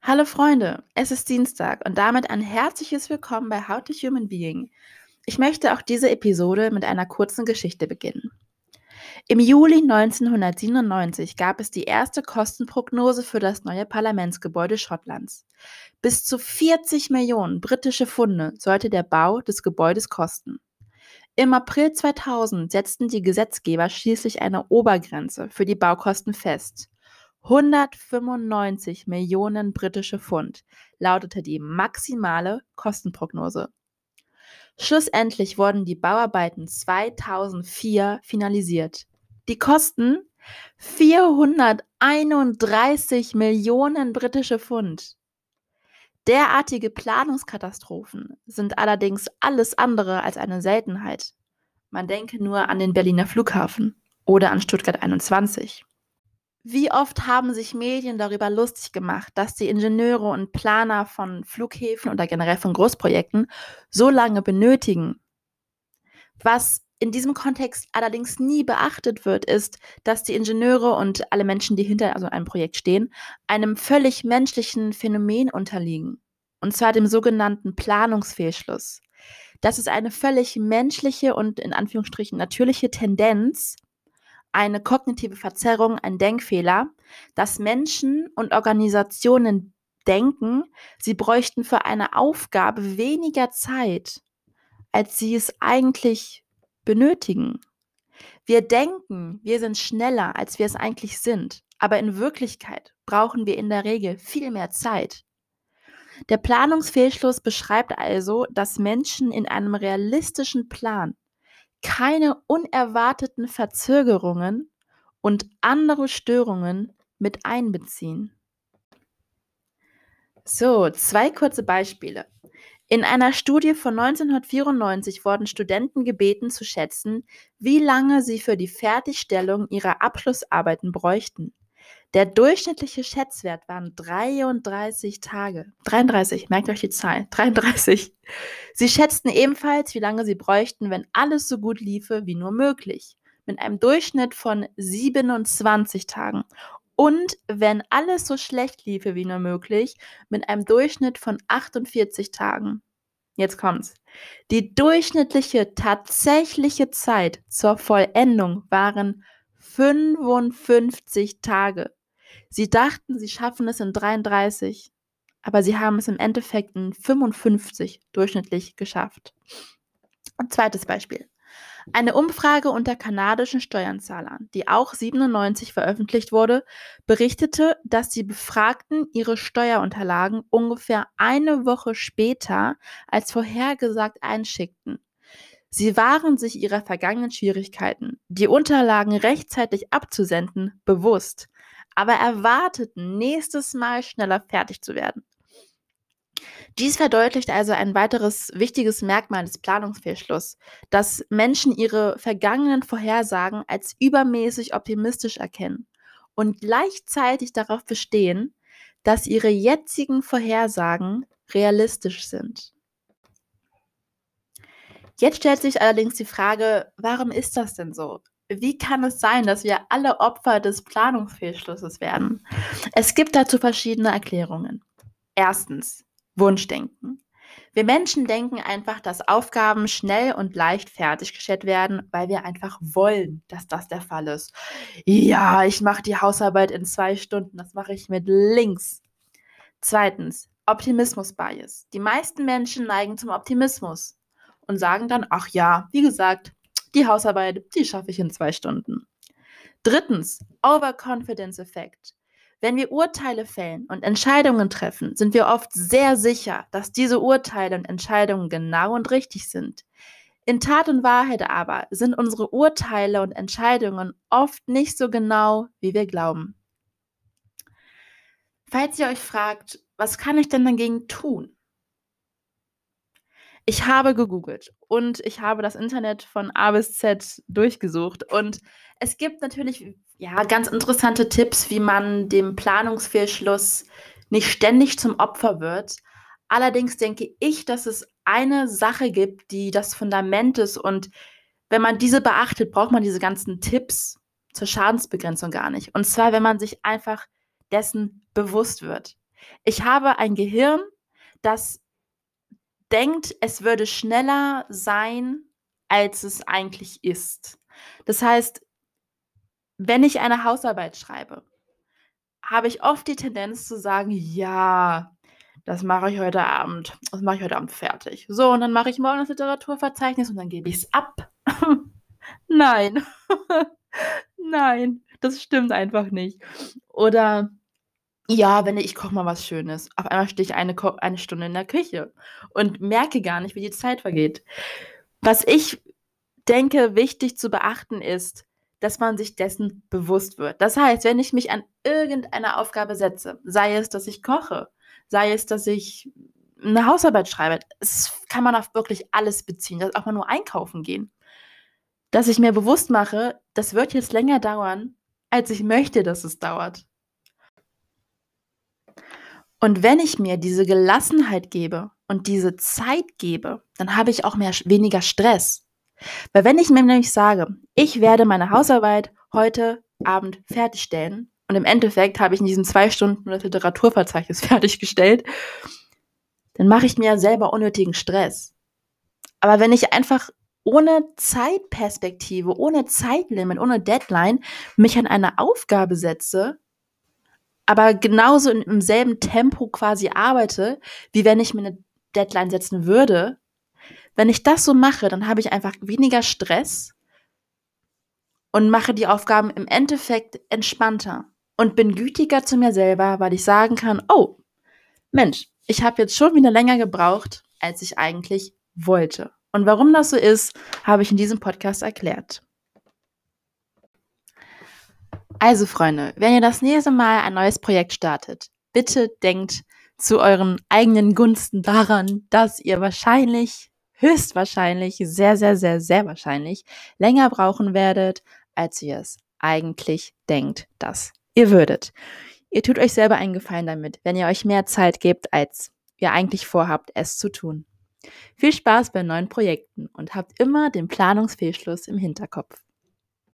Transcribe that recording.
Hallo Freunde, es ist Dienstag und damit ein herzliches Willkommen bei How to Human Being. Ich möchte auch diese Episode mit einer kurzen Geschichte beginnen. Im Juli 1997 gab es die erste Kostenprognose für das neue Parlamentsgebäude Schottlands. Bis zu 40 Millionen britische Pfunde sollte der Bau des Gebäudes kosten. Im April 2000 setzten die Gesetzgeber schließlich eine Obergrenze für die Baukosten fest. 195 Millionen britische Pfund lautete die maximale Kostenprognose. Schlussendlich wurden die Bauarbeiten 2004 finalisiert. Die Kosten 431 Millionen britische Pfund. Derartige Planungskatastrophen sind allerdings alles andere als eine Seltenheit. Man denke nur an den Berliner Flughafen oder an Stuttgart 21. Wie oft haben sich Medien darüber lustig gemacht, dass die Ingenieure und Planer von Flughäfen oder generell von Großprojekten so lange benötigen? Was in diesem Kontext allerdings nie beachtet wird, ist, dass die Ingenieure und alle Menschen, die hinter einem Projekt stehen, einem völlig menschlichen Phänomen unterliegen. Und zwar dem sogenannten Planungsfehlschluss. Das ist eine völlig menschliche und in Anführungsstrichen natürliche Tendenz, eine kognitive Verzerrung, ein Denkfehler, dass Menschen und Organisationen denken, sie bräuchten für eine Aufgabe weniger Zeit, als sie es eigentlich benötigen. Wir denken, wir sind schneller, als wir es eigentlich sind, aber in Wirklichkeit brauchen wir in der Regel viel mehr Zeit. Der Planungsfehlschluss beschreibt also, dass Menschen in einem realistischen Plan keine unerwarteten Verzögerungen und andere Störungen mit einbeziehen. So, 2 kurze Beispiele. In einer Studie von 1994 wurden Studenten gebeten zu schätzen, wie lange sie für die Fertigstellung ihrer Abschlussarbeiten bräuchten. Der durchschnittliche Schätzwert waren 33 Tage. 33, merkt euch die Zahl, 33. Sie schätzten ebenfalls, wie lange sie bräuchten, wenn alles so gut liefe wie nur möglich, mit einem Durchschnitt von 27 Tagen. Und wenn alles so schlecht liefe wie nur möglich, mit einem Durchschnitt von 48 Tagen. Jetzt kommt's. Die durchschnittliche tatsächliche Zeit zur Vollendung waren 55 Tage. Sie dachten, sie schaffen es in 33, aber sie haben es im Endeffekt in 55 durchschnittlich geschafft. Ein zweites Beispiel. Eine Umfrage unter kanadischen Steuerzahlern, die auch 97 veröffentlicht wurde, berichtete, dass die Befragten ihre Steuerunterlagen ungefähr eine Woche später als vorhergesagt einschickten. Sie waren sich ihrer vergangenen Schwierigkeiten, die Unterlagen rechtzeitig abzusenden, bewusst, aber erwarteten, nächstes Mal schneller fertig zu werden. Dies verdeutlicht also ein weiteres wichtiges Merkmal des Planungsfehlschlusses, dass Menschen ihre vergangenen Vorhersagen als übermäßig optimistisch erkennen und gleichzeitig darauf bestehen, dass ihre jetzigen Vorhersagen realistisch sind. Jetzt stellt sich allerdings die Frage, warum ist das denn so? Wie kann es sein, dass wir alle Opfer des Planungsfehlschlusses werden? Es gibt dazu verschiedene Erklärungen. Erstens, Wunschdenken. Wir Menschen denken einfach, dass Aufgaben schnell und leicht fertiggestellt werden, weil wir einfach wollen, dass das der Fall ist. Ja, ich mache die Hausarbeit in 2 Stunden, das mache ich mit links. Zweitens, Optimismus-Bias. Die meisten Menschen neigen zum Optimismus und sagen dann, ach ja, wie gesagt, die Hausarbeit, die schaffe ich in 2 Stunden. Drittens, Overconfidence-Effekt. Wenn wir Urteile fällen und Entscheidungen treffen, sind wir oft sehr sicher, dass diese Urteile und Entscheidungen genau und richtig sind. In Tat und Wahrheit aber sind unsere Urteile und Entscheidungen oft nicht so genau, wie wir glauben. Falls ihr euch fragt, was kann ich denn dagegen tun? Ich habe gegoogelt und ich habe das Internet von A bis Z durchgesucht und es gibt natürlich ganz interessante Tipps, wie man dem Planungsfehlschluss nicht ständig zum Opfer wird. Allerdings denke ich, dass es eine Sache gibt, die das Fundament ist und wenn man diese beachtet, braucht man diese ganzen Tipps zur Schadensbegrenzung gar nicht. Und zwar, wenn man sich einfach dessen bewusst wird. Ich habe ein Gehirn, das denkt, es würde schneller sein, als es eigentlich ist. Das heißt, wenn ich eine Hausarbeit schreibe, habe ich oft die Tendenz zu sagen: „Ja, das mache ich heute Abend fertig. So, und dann mache ich morgen das Literaturverzeichnis und dann gebe ich es ab.“ Nein, nein, das stimmt einfach nicht. Oder ja, wenn ich koche mal was Schönes. Auf einmal stehe ich eine Stunde in der Küche und merke gar nicht, wie die Zeit vergeht. Was ich denke, wichtig zu beachten ist, dass man sich dessen bewusst wird. Das heißt, wenn ich mich an irgendeine Aufgabe setze, sei es, dass ich koche, sei es, dass ich eine Hausarbeit schreibe, es kann man auf wirklich alles beziehen, das auch mal nur einkaufen gehen, dass ich mir bewusst mache, das wird jetzt länger dauern, als ich möchte, dass es dauert. Und wenn ich mir diese Gelassenheit gebe und diese Zeit gebe, dann habe ich auch weniger Stress. Weil wenn ich mir nämlich sage, ich werde meine Hausarbeit heute Abend fertigstellen und im Endeffekt habe ich in diesen 2 Stunden das Literaturverzeichnis fertiggestellt, dann mache ich mir selber unnötigen Stress. Aber wenn ich einfach ohne Zeitperspektive, ohne Zeitlimit, ohne Deadline mich an eine Aufgabe setze, aber genauso im selben Tempo quasi arbeite, wie wenn ich mir eine Deadline setzen würde, wenn ich das so mache, dann habe ich einfach weniger Stress und mache die Aufgaben im Endeffekt entspannter und bin gütiger zu mir selber, weil ich sagen kann: „Oh, Mensch, ich habe jetzt schon wieder länger gebraucht, als ich eigentlich wollte.“ Und warum das so ist, habe ich in diesem Podcast erklärt. Also Freunde, wenn ihr das nächste Mal ein neues Projekt startet, bitte denkt zu euren eigenen Gunsten daran, dass ihr höchstwahrscheinlich, sehr, sehr, sehr, sehr wahrscheinlich länger brauchen werdet, als ihr es eigentlich denkt, dass ihr würdet. Ihr tut euch selber einen Gefallen damit, wenn ihr euch mehr Zeit gebt, als ihr eigentlich vorhabt, es zu tun. Viel Spaß bei neuen Projekten und habt immer den Planungsfehlschluss im Hinterkopf.